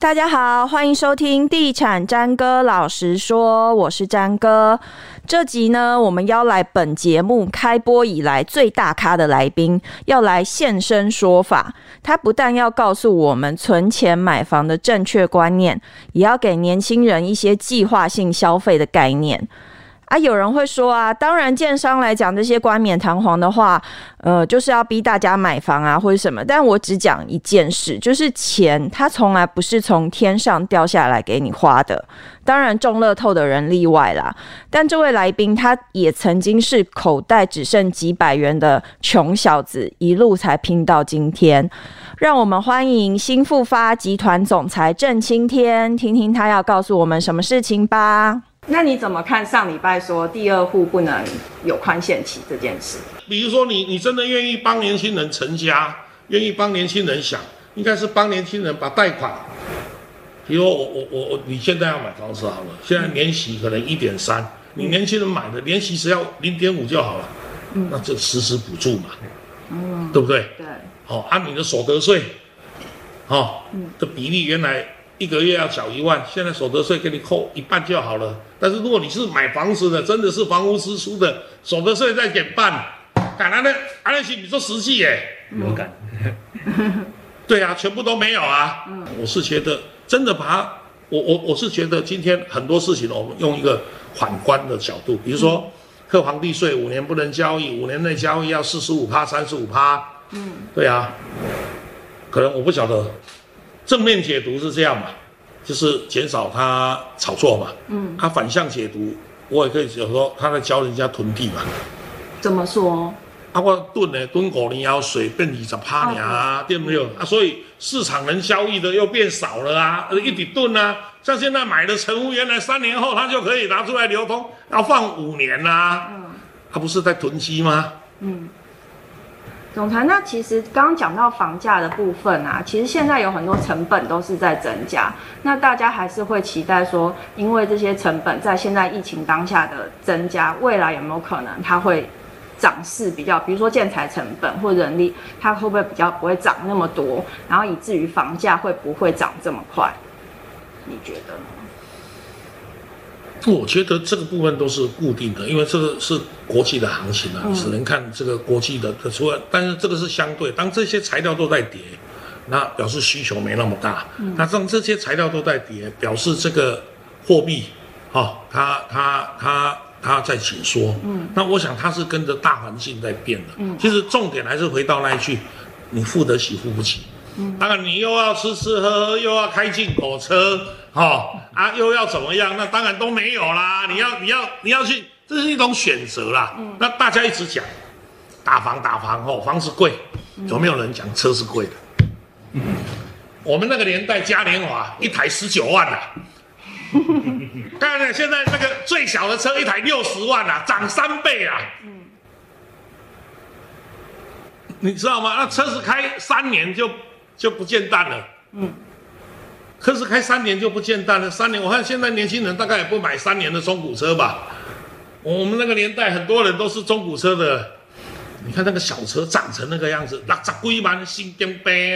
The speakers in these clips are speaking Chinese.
大家好，欢迎收听地产詹哥老实说，我是詹哥。这集呢，我们邀来本节目开播以来最大咖的来宾，要来现身说法。他不但要告诉我们存钱买房的正确观念，也要给年轻人一些计划性消费的概念。有人会说当然建商来讲这些冠冕堂皇的话，就是要逼大家买房或者什么。但我只讲一件事，就是钱它从来不是从天上掉下来给你花的，当然中乐透的人例外啦。但这位来宾他也曾经是口袋只剩几百元的穷小子，一路才拼到今天。让我们欢迎新复发集团总裁郑青天，听听他要告诉我们什么事情吧。那你怎么看上礼拜说第二户不能有宽限期这件事？ 比如说你真的愿意帮年轻人成家，愿意帮年轻人想，应该是帮年轻人把贷款，比如你现在要买房子好了，现在年息可能1.3，你年轻人买的年息只要0.5就好了，那就实时补助嘛，对不对？对。按你的所得税，的比例原来1个月要缴1万，现在所得税给你扣1半就好了。但是如果你是买房子的，真的是房屋支出的，所得税再减半，那是你说实际有感。 对啊，全部都没有啊。我是觉得真的把它，我是觉得今天很多事情我们用一个反观的角度，比如说课房地税5年不能交易，5年内交易要45%、35%。对啊，可能我不晓得。正面解读是这样嘛，就是减少他炒作嘛。他反向解读，我也可以讲说他在教人家囤地嘛。 怎么说？ 我囤5年要水变20%啊，对不对？所以市场能交易的又变少了一直囤啊。像现在买的成屋，原来3年后他就可以拿出来流通，要放5年他不是在囤积吗？ 总裁，那其实刚刚讲到房价的部分其实现在有很多成本都是在增加，那大家还是会期待说，因为这些成本在现在疫情当下的增加，未来有没有可能它会涨势比较，比如说建材成本或人力，它会不会比较不会涨那么多，然后以至于房价会不会涨这么快？你觉得呢？ 我觉得这个部分都是固定的，因为这个是国际的行情只能看这个国际的除了，但是这个是相对，当这些材料都在跌，那表示需求没那么大。那当这些材料都在跌，表示这个货币它在紧缩。那我想它是跟着大环境在变的。其实重点还是回到那一句，你付得起付不起。当然你又要吃吃喝喝，又要开进口车，又要怎么样？那当然都没有啦。你要去，这是一种选择啦。那大家一直讲打房房子贵，有没有人讲车是贵的？我们那个年代嘉年华一台19万当然现在那个最小的车一台60万涨3倍你知道吗？那车子开3年就不见蛋了。可是开3年就不见蛋了。3年，我看现在年轻人大概也不买3年的中古车吧。我们那个年代很多人都是中古车的。你看那个小车长成那个样子，60几万新金杯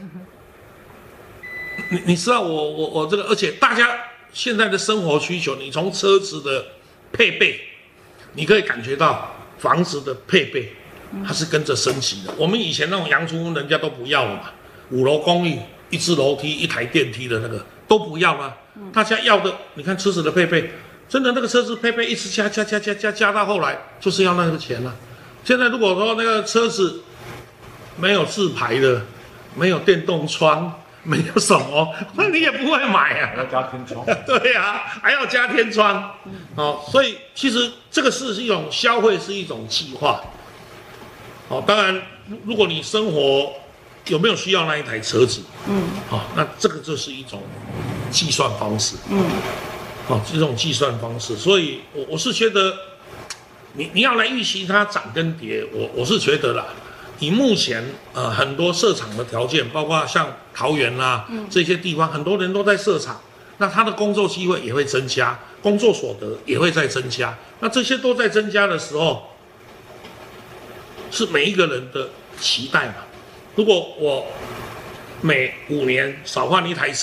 你知道我这个，而且大家现在的生活需求，你从车子的配备，你可以感觉到房子的配备，它是跟着升级的。我们以前那种洋租屋人家都不要了嘛，5楼公寓1支楼梯1台电梯的那个都不要了。大家要的，你看车子的配备，真的那个车子配备一直加到后来就是要那个钱了。现在如果说那个车子没有自排的，没有电动窗，没有什么，那你也不会买还要加天窗。 对还要加天窗。所以其实这个是一种消费，是一种计划。当然如果你生活有没有需要那一台车子，那这个就是一种计算方式。这种计算方式，所以我是觉得你要来预期它涨跟跌，我是觉得啦，以目前很多设厂的条件，包括像桃园这些地方，很多人都在设厂，那他的工作机会也会增加，工作所得也会在增加。那这些都在增加的时候，是每一个人的期待嘛。如果我每5年少换一台车，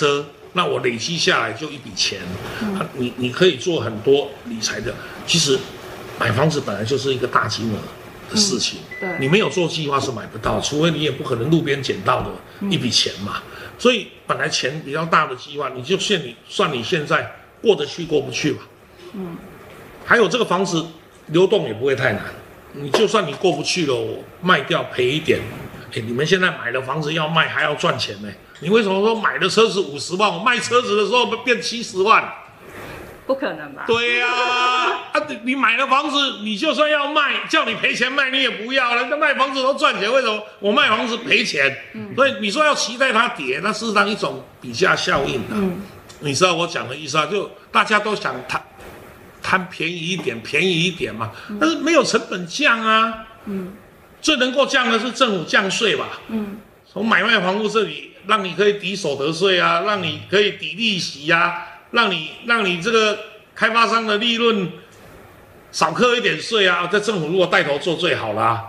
那我累积下来就一笔钱，你可以做很多理财的。其实买房子本来就是一个大金额的事情， 对， 你没有做计划是买不到，除非你也不可能路边捡到的一笔钱嘛。所以本来钱比较大的计划，你就算你现在过得去过不去吧。还有这个房子流动也不会太难，你就算你过不去了，我卖掉赔一点。你们现在买的房子要卖还要赚钱呢，你为什么说买的车子50万，我卖车子的时候变70万？ 不可能吧？ 对呀，你买了房子，你就算要卖，叫你赔钱卖你也不要了。那卖房子都赚钱，为什么我卖房子赔钱？所以你说要期待它跌，那是当一种比价效应的。你知道我讲的意思啊？就大家都想贪便宜一点嘛，但是没有成本降啊。最能够降的是政府降税吧。从买卖房屋这里，让你可以抵所得税啊，让你可以抵利息啊，让你这个开发商的利润少课一点税啊。在政府如果带头做最好啦。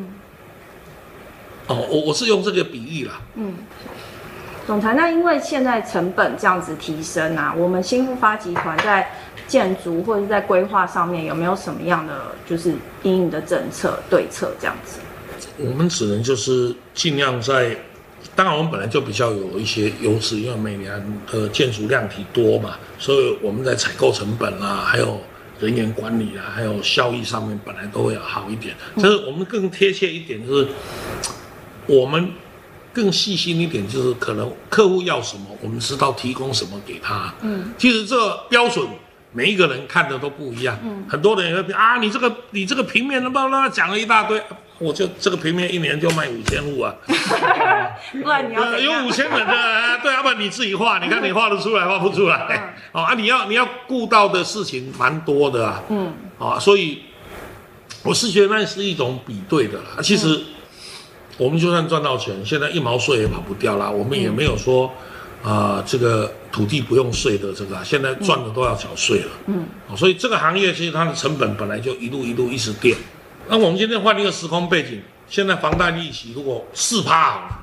我是用这个比喻啦。 总裁，那因为现在成本这样子提升啊，我们新复发集团在建筑或者在规划上面有没有什么样的就是因应的政策对策这样子？ 我们只能就是尽量当然我们本来就比较有一些优势，因为每年的建筑量体多嘛，所以我们在采购成本啦，还有人员管理啊，还有效益上面本来都会好一点。但是我们更贴切一点，就是我们更细心一点，就是可能客户要什么，我们知道提供什么给他。其实这个标准每一个人看的都不一样。很多人也会啊，你这个平面讲了一大堆，我就这个平面一年就卖5000户啊。 不然你要有5000人的，对，要不然你自己画，你看你画得出来画不出来？你要顾到的事情蛮多的啊。所以我是觉得那是一种比对的啦。其实我们就算赚到钱，现在1毛税也跑不掉啦。我们也没有说这个土地不用税的这个现在赚的都要缴税了。所以这个行业其实它的成本本来就一路一直跌。那我们今天换一个时空背景，现在房贷利息如果4%好了，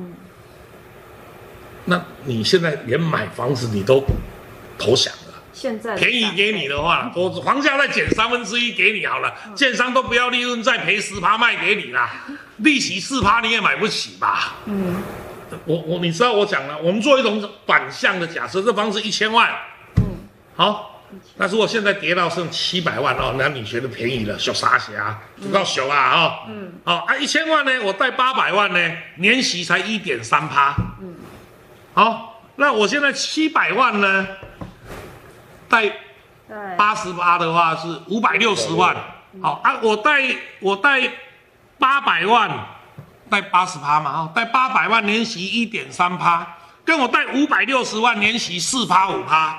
那你现在连买房子你都投降了。 现在便宜给你的话，我房价再减1/3给你好了，建商都不要利润，再赔10%卖给你啦，利息4%你也买不起吧？你知道我讲了，我们做一种反向的假设，这房子1000万，好，那如果现在跌到剩700万那你觉得便宜了，小傻侠不够小啊1000万呢，我贷800万呢，年息才1.3%，好，那我现在700万呢，贷80%的话是560万，好我贷800万。贷80%嘛，贷800万年息1.3%，跟我贷560万年息4%5%，差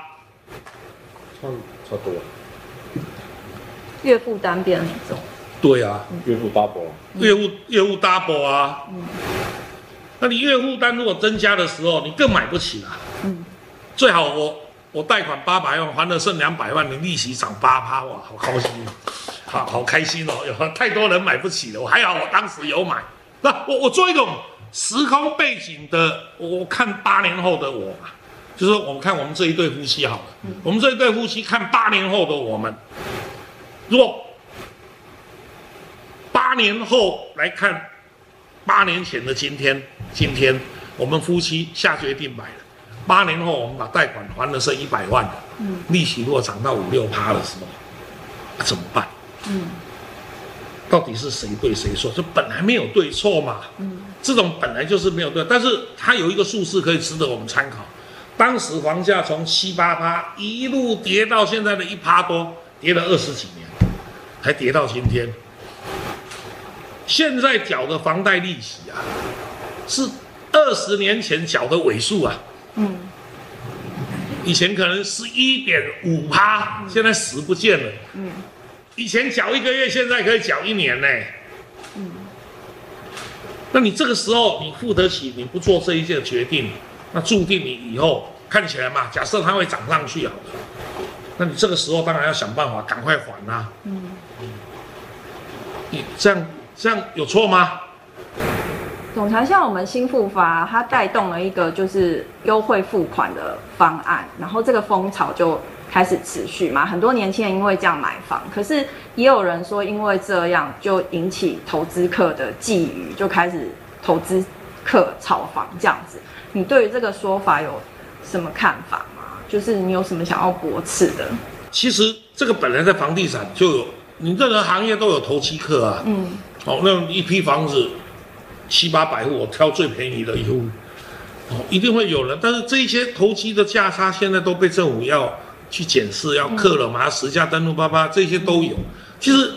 多。 月负担变很重。 对啊， 月负 double， 月负 double 啊。那你月负担如果增加的时候，你更买不起啦。最好我贷款800万，还了剩200万，你利息涨8%，哇，好高兴，好开心哦！有太多人买不起了，还好我当时有买。那我做一种时空背景的，我看8年后的我嘛，就是我们看我们这一对夫妻好了，我们这一对夫妻看8年后的我们，如果8年后来看8年前的今天我们夫妻下决定买了，8年后我们把贷款还了剩100万，利息如果涨到5-6%的时候，怎么办？到底是谁对谁错？这本来没有对错嘛。这种本来就是没有对，但是它有一个数字可以值得我们参考。当时房价从7-8%一路跌到现在的1%多，跌了20几年，才跌到今天。现在缴的房贷利息啊，是20年前缴的尾数啊。以前可能是1.5%，现在10不见了。以前缴1个月，现在可以缴1年呢。那你这个时候你付得起，你不做这一件决定，那注定你以后看起来嘛，假设它会涨上去好了，那你这个时候当然要想办法赶快还啦。你这样有错吗？ 总裁，像我们新复发，它带动了一个就是优惠付款的方案，然后这个风潮就开始持续嘛。很多年轻人因为这样买房，可是也有人说因为这样就引起投资客的觊觎，就开始投资客炒房这样子。你对于这个说法有什么看法吗？就是你有什么想要驳斥的？ 其实这个本来在房地产就有，你任何行业都有投机客啊。那一批房子700-800户，我挑最便宜的一户，一定会有人。但是这一些投机的价差，现在都被政府要去检视，要克了嘛，实价登录这些都有。其实，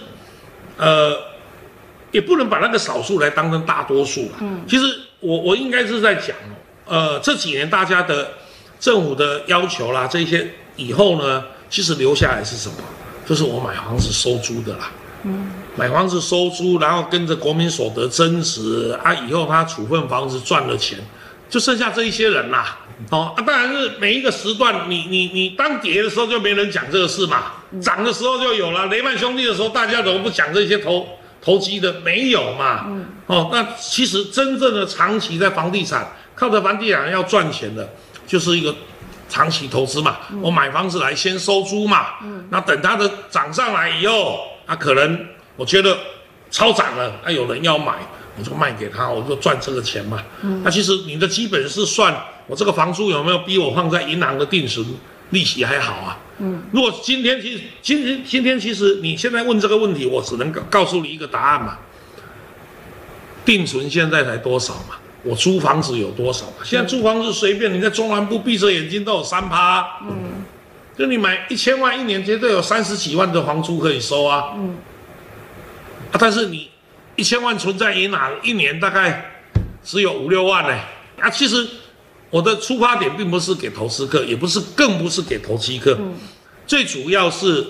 也不能把那个少数来当成大多数啦。其实我应该是在讲，这几年大家的政府的要求啦，这些以后呢，其实留下来是什么？就是我买房子收租的啦。买房子收租，然后跟着国民所得增值啊，以后他处分房子赚了钱，就剩下这一些人啦。当然是每一个时段，你当跌的时候就没人讲这个事嘛，涨的时候就有了。雷曼兄弟的时候，大家怎么不讲这些投机的？没有嘛。那其实真正的长期在房地产，靠着房地产要赚钱的，就是一个长期投资嘛。我买房子来先收租嘛，那等它的涨上来以后。可能我觉得超涨了，有人要买，我就卖给他，我就赚这个钱嘛。那其实你的基本是算我这个房租有没有比我放在银行的定存利息还好啊。如果今天其实你现在问这个问题，我只能告诉你一个答案嘛。定存现在才多少嘛？我租房子有多少嘛？现在租房子随便你在中南部闭着眼睛都有3%。就你买1000万一年，绝对有30几万的房租可以收啊。但是你1000万存在银行，一年大概只有5-6万呢。其实我的出发点并不是给投资客，也不是，更不是给投机客。最主要是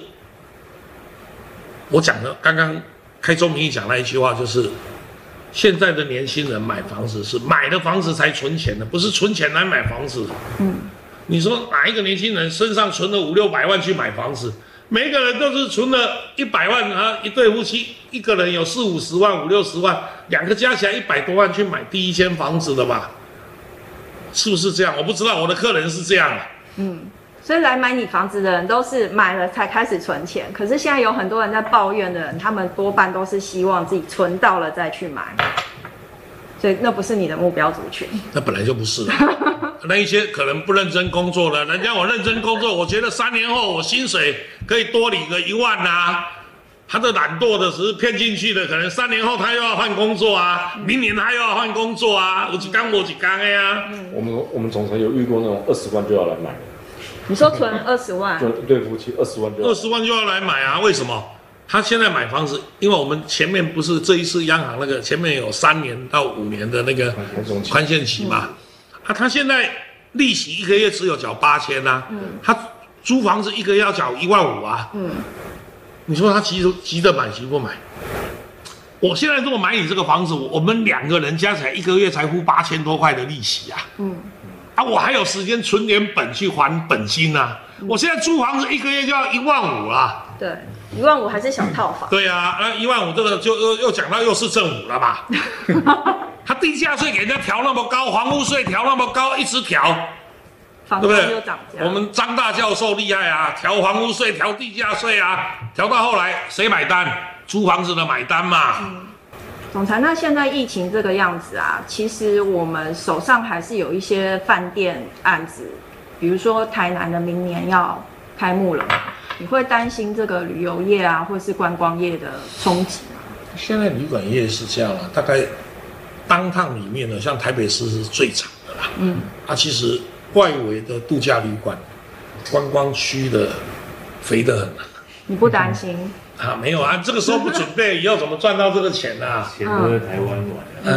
我讲的，刚刚开宗明义讲那一句话，就是现在的年轻人买房子是买了房子才存钱的，不是存钱来买房子。你说哪一个年轻人身上存了500-600万去买房子？每一个人都是存了100万啊，一对夫妻一个人有40-50万、50-60万，两个加起来100多万去买第一间房子的吧？是不是这样？我不知道，我的客人是这样。 所以来买你房子的人都是买了才开始存钱，可是现在有很多人在抱怨的人，他们多半都是希望自己存到了再去买。所以那不是你的目标族群， 那本来就不是了。那一些可能不认真工作了，人家我认真工作，我觉得3年后我薪水可以多领个1万啊。他的懒惰的只是骗进去的，可能3年后他又要换工作啊，明年他又要换工作啊，有一天无一天的呀。 我们总裁有遇过那种20万就要来买。 你说存20万？ 就一对夫妻20万就要。 20万就要来买啊？为什么？他现在买房子，因为我们前面不是这一次央行那个前面有3年到5年的那个宽限期嘛，他现在利息1个月只有缴8000啊，他租房子1个月要缴15000啊，你说他急着买急不买？我现在如果买你这个房子，我们2个人加起来1个月才付8000多块的利息啊，我还有时间存点本去还本金啊，我现在租房子1个月就要15000啊。 对，15000还是小套房。 对啊，那15000这个就又讲到又是政府了吧？他地价税给人家调那么高，房屋税调那么高，一直调， 对不对？ 我们张大教授厉害啊，调房屋税、调地价税啊，调到后来谁买单？租房子的买单嘛。 总裁，那现在疫情这个样子啊，其实我们手上还是有一些饭店案子，比如说台南的明年要开幕了嘛。你会担心这个旅游业啊，或是观光业的冲击吗？ 现在旅馆业是这样大概当趟里面呢，像台北市是最长的啦。其实外围的度假旅馆、观光区的肥得很。 你不担心？ 没有啊，这个时候不准备，以后怎么赚到这个钱啊？ 钱都在台湾玩。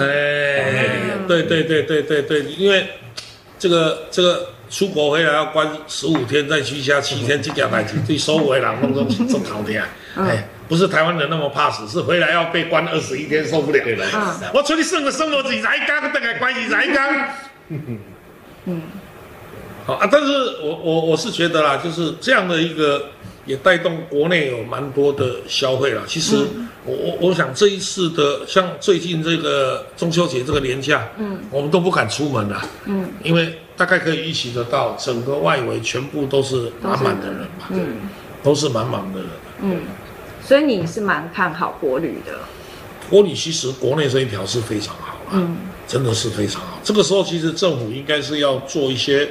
对，因为这个。出国回来要关15天，再居家7天，这件代志对所有的人拢做头疼。不是台湾人那么怕死，是回来要被关21天受不了。我出去算生活20天，等下关20天。但是我是觉得啦，就是这样的一个也带动国内有蛮多的消费啦。其实我想这一次的像最近这个中秋节这个连假，我们都不敢出门啦，因为大概可以预期得到，整个外围全部都是满满的人嘛，都是满满的人， 所以你是蛮看好国旅的。 国旅其实国内这一条是非常好啦，真的是非常好。这个时候其实政府应该是要做一些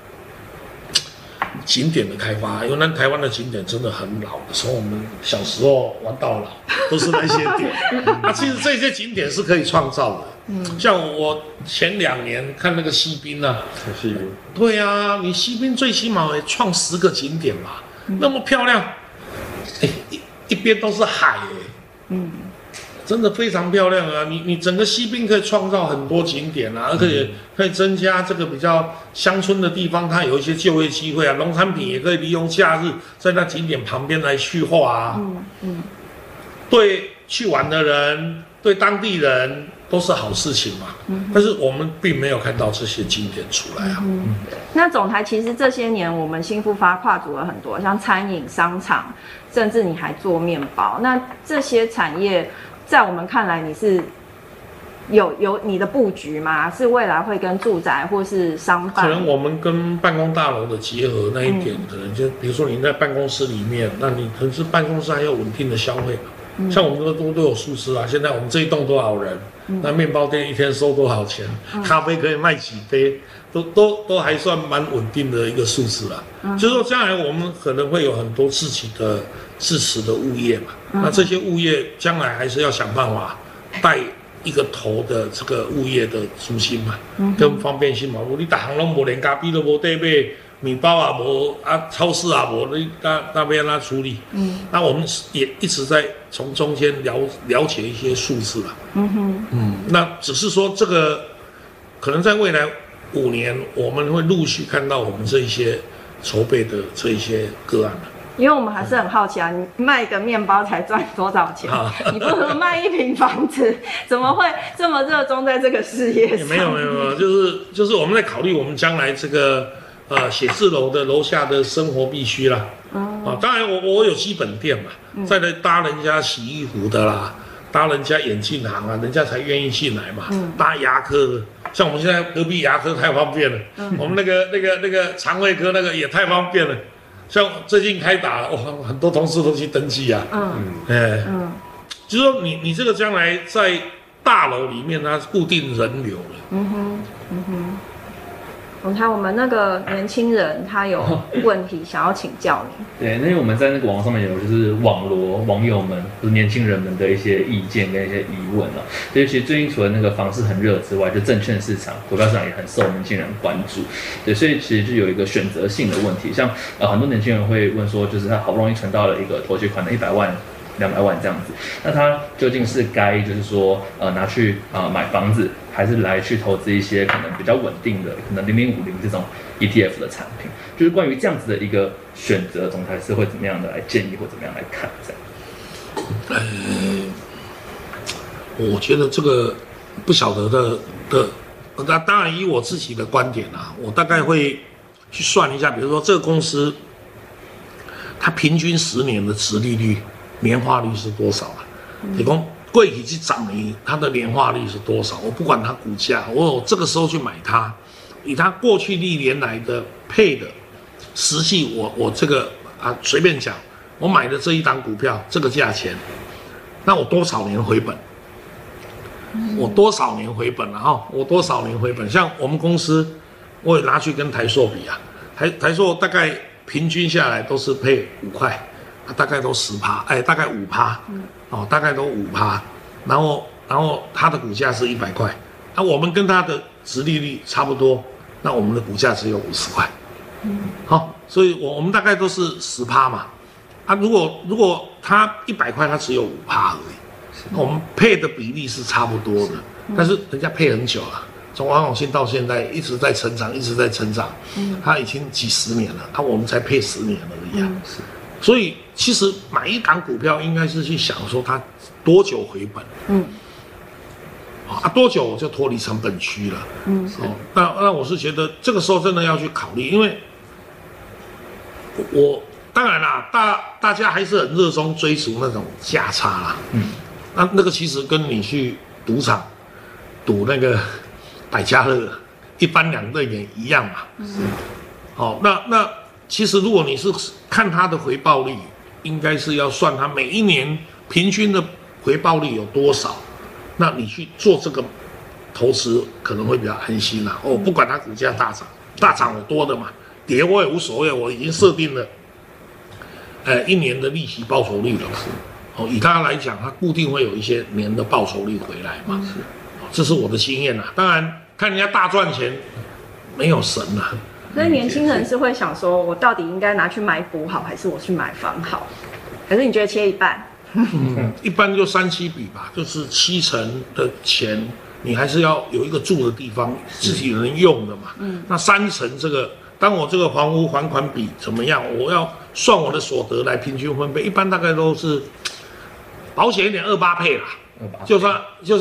景点的开发，因为台湾的景点真的很老，从我们小时候玩到老都是那些点。其实这些景点是可以创造的。像我前2年看那个西滨啊， 西滨， 对啊，你西滨最起码也创10个景点嘛，那么漂亮，一边都是海，真的非常漂亮啊！你整个西滨可以创造很多景点啊，而且可以增加这个比较乡村的地方，它有一些就业机会啊。农产品也可以利用假日在那景点旁边来续化啊。对去玩的人，对当地人都是好事情嘛。但是我们并没有看到这些景点出来啊。 那总台其实这些年我们新复发跨足了很多，像餐饮、商场，甚至你还做面包。那这些产业，在我们看来，你是有你的布局吗？是未来会跟住宅或是商办？ 可能我们跟办公大楼的结合那一点，可能就比如说你在办公室里面，那你可是办公室还有稳定的消费嘛。像我们都有数字啊，现在我们这一栋多少人？那面包店一天收多少钱？咖啡可以卖几杯？都还算蛮稳定的一个数字啦。就是说将来我们可能会有很多自己的支持的物业嘛。那这些物业将来还是要想办法带一个头的这个物业的中心嘛，跟方便性嘛。你大行拢无，连咖啡都无得买，米包啊无啊，超市啊无，你那边来处理。那我们也一直在从中间了解一些数字啦。那只是说这个可能在未来5年，我们会陆续看到我们这一些筹备的这一些个案了。 因为我们还是很好奇啊，你卖一个面包才赚多少钱？你不能卖1坪房子，怎么会这么热衷在这个事业上？ 没有，就是我们在考虑我们将来这个写字楼的楼下的生活必须啦。当然我有基本店嘛，再来搭人家洗衣服的啦，搭人家眼镜行啊，人家才愿意进来嘛。搭牙科的，像我们现在隔壁牙科太方便了，我们那个肠胃科那个也太方便了。像最近开打了，很多同事都去登记啊。就是说你这个将来在大楼里面，它固定人流了。 我看我们那个年轻人他有问题想要请教你。 对，因为我们在那个网上面有就是网罗网友们、就是年轻人们的一些意见跟一些疑问啊。所以其实最近除了那个房市很热之外，就证券市场、股票市场也很受年轻人关注。对，所以其实就有一个选择性的问题，像很多年轻人会问说，就是他好不容易存到了一个头期款的100万。200万这样子，那他究竟是该就是说拿去买房子，还是来去投资一些可能比较稳定的，可能0050这种 ETF 的产品？就是关于这样子的一个选择，总裁是会怎么样的来建议或怎么样来看这样？ 我觉得这个不晓得的，那当然以我自己的观点啊，我大概会去算一下，比如说这个公司它平均10年的殖利率。年化率是多少啊？比如说贵体去涨你，它的年化率是多少？我不管它股价，我这个时候去买它，以它过去历年来的配的，实际我这个随便讲，我买的这一档股票这个价钱，那我多少年回本？我多少年回本了哈？我多少年回本？像我们公司，我也拿去跟台塑比啊，台塑大概平均下来都是配5块。大概都10%，大概5%，大概都5%，然后它的股价是100块，我们跟它的殖利率差不多，那我们的股价只有50块，所以我们大概都是10%嘛，如果它100块，它只有5%而已，我们配的比例是差不多的，但是人家配很久了，从王永庆到现在一直在成长，一直在成长，它已经几十年了，我们才配10年而已啊。所以其实买一档股票应该是去想说它多久回本，多久我就脱离成本区了，那我是觉得这个时候真的要去考虑，因为当然啦，大家还是很热衷追逐那种价差啦。那个其实跟你去赌场赌那个百家乐，一般2队也一样嘛。好，那其实如果你是看它的回报率，应该是要算它每一年平均的回报率有多少，那你去做这个投资可能会比较安心啦。不管它股价大涨我多的嘛，跌我也无所谓，我已经设定了1年的利息报酬率了。以它来讲，它固定会有一些年的报酬率回来嘛。这是我的经验啦。当然看人家大赚钱，没有神啦。 所以年轻人是会想说，我到底应该拿去买股好，还是我去买房好？还是你觉得切一半？ 一般就3-7比吧，就是70%的钱，你还是要有一个住的地方，自己能用的嘛。那30%这个，当我这个房屋还款比怎么样，我要算我的所得来平均分配，一般大概都是保险一点2-8配啦。就算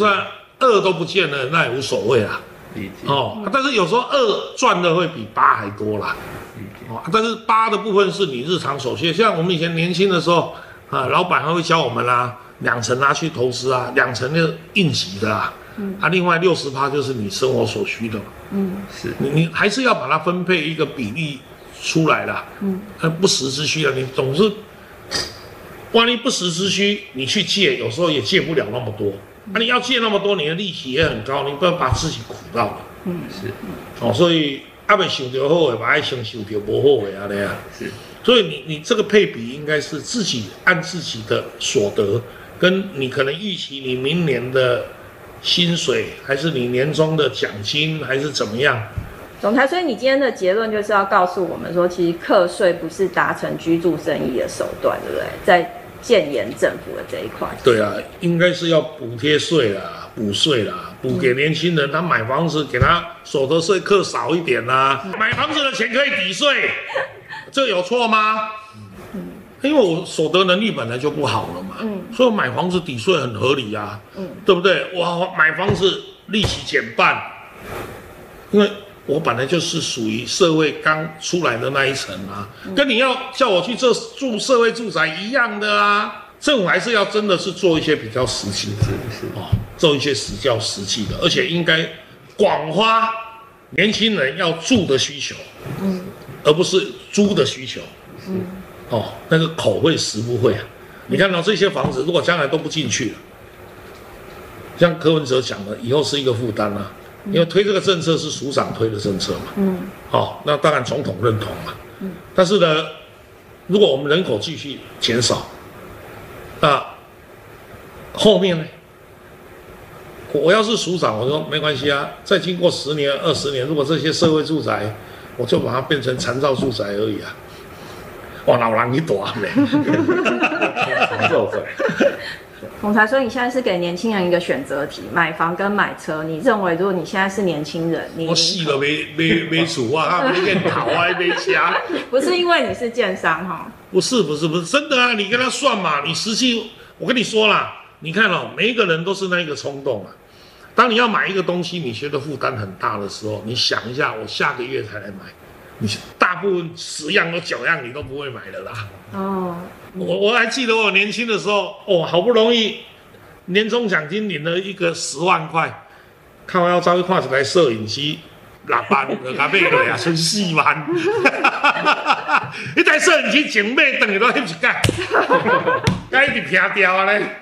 2都不见了，那也无所谓啦。但是有时候2赚的会比8还多啦。但是8的部分是你日常所需，像我们以前年轻的时候老板还会教我们啦，2成拿去投资啊，2成就应急的啦。另外60%就是你生活所需的嘛。 是你还是要把它分配一个比例出来啦。不时之需啊，你总是万一不时之需，你去借，有时候也借不了那么多。你要借那么多，你的利息也很高，你不要把自己苦到了。是所以未想到好的，嘛要先想到不好的这样。是，所以你这个配比应该是自己按自己的所得，跟你可能预期你明年的薪水，还是你年终的奖金，还是怎么样？ 总裁，所以你今天的结论就是要告诉我们说，其实课税不是达成居住正义的手段，对不对？在建言政府的这一块， 对啊，应该是要补贴税啦，补税啦，补给年轻人，他买房子给他所得税课少一点啦，买房子的钱可以抵税，这有错吗？因为我所得能力本来就不好了嘛，所以我买房子抵税很合理啊，对不对？我买房子利息减半，因为我本来就是属于社会刚出来的那一层啊，跟你要叫我去住社会住宅一样的啊。政府还是要真的是做一些比较实际的，做一些比较实际的，而且应该广发年轻人要住的需求，而不是租的需求。那个口会实不会啊？你看到这些房子，如果将来都不进去了，像柯文哲讲的，以后是一个负担啊。因为推这个政策是署长推的政策嘛，那当然总统认同嘛，但是呢，如果我们人口继续减少，那后面呢？我要是署长，我说没关系啊，再经过10年、20年，如果这些社会住宅，我就把它变成残障住宅而已啊。哇，老人一大嘞， 残障宅。 总裁，所以你现在是给年轻人一个选择题，买房跟买车。你认为，如果你现在是年轻人， 我死了没厝啊，没变头啊，没车。 不是因为你是建商哈？ 不是，真的啊！你跟他算嘛，你实际，我跟你说啦，你看每一个人都是那一个冲动啊。当你要买一个东西，你觉得负担很大的时候，你想一下，我下个月才来买，你大部分10样有9样你都不会买的啦。我还记得我年轻的时候，好不容易年终奖金领了一个10万块，看我要找一块一台摄影机，6万就给买落啊，剩4万。一台摄影机前买等于都翕一届，该一直平掉啊嘞。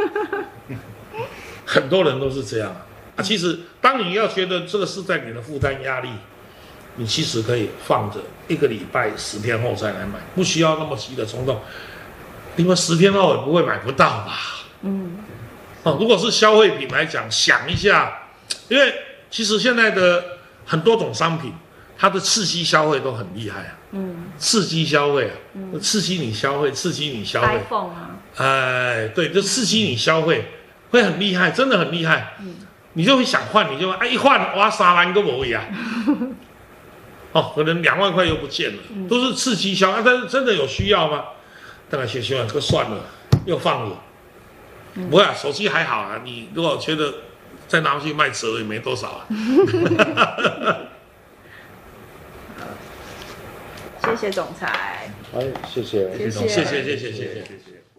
很多人都是这样啊。其实当你要觉得这个是在你的负担压力，你其实可以放着1个礼拜10天后再来买，不需要那么急的冲动。因为10天后也不会买不到吧？如果是消费品来讲，想一下，因为其实现在的很多种商品，它的刺激消费都很厉害啊。刺激消费啊，刺激你消费，刺激你消费。 iPhone 啊， 对，就刺激你消费，会很厉害，真的很厉害。你就会想换，你就一换，哇，3万都没呀。可能2万块又不见了，都是刺激消费，但是真的有需要吗？当然，先这个算了，又放了。不会手机还好啊，你如果觉得再拿去卖折也没多少啊。 谢谢总裁。 哎，谢谢。 谢谢谢谢谢谢谢谢。 谢谢。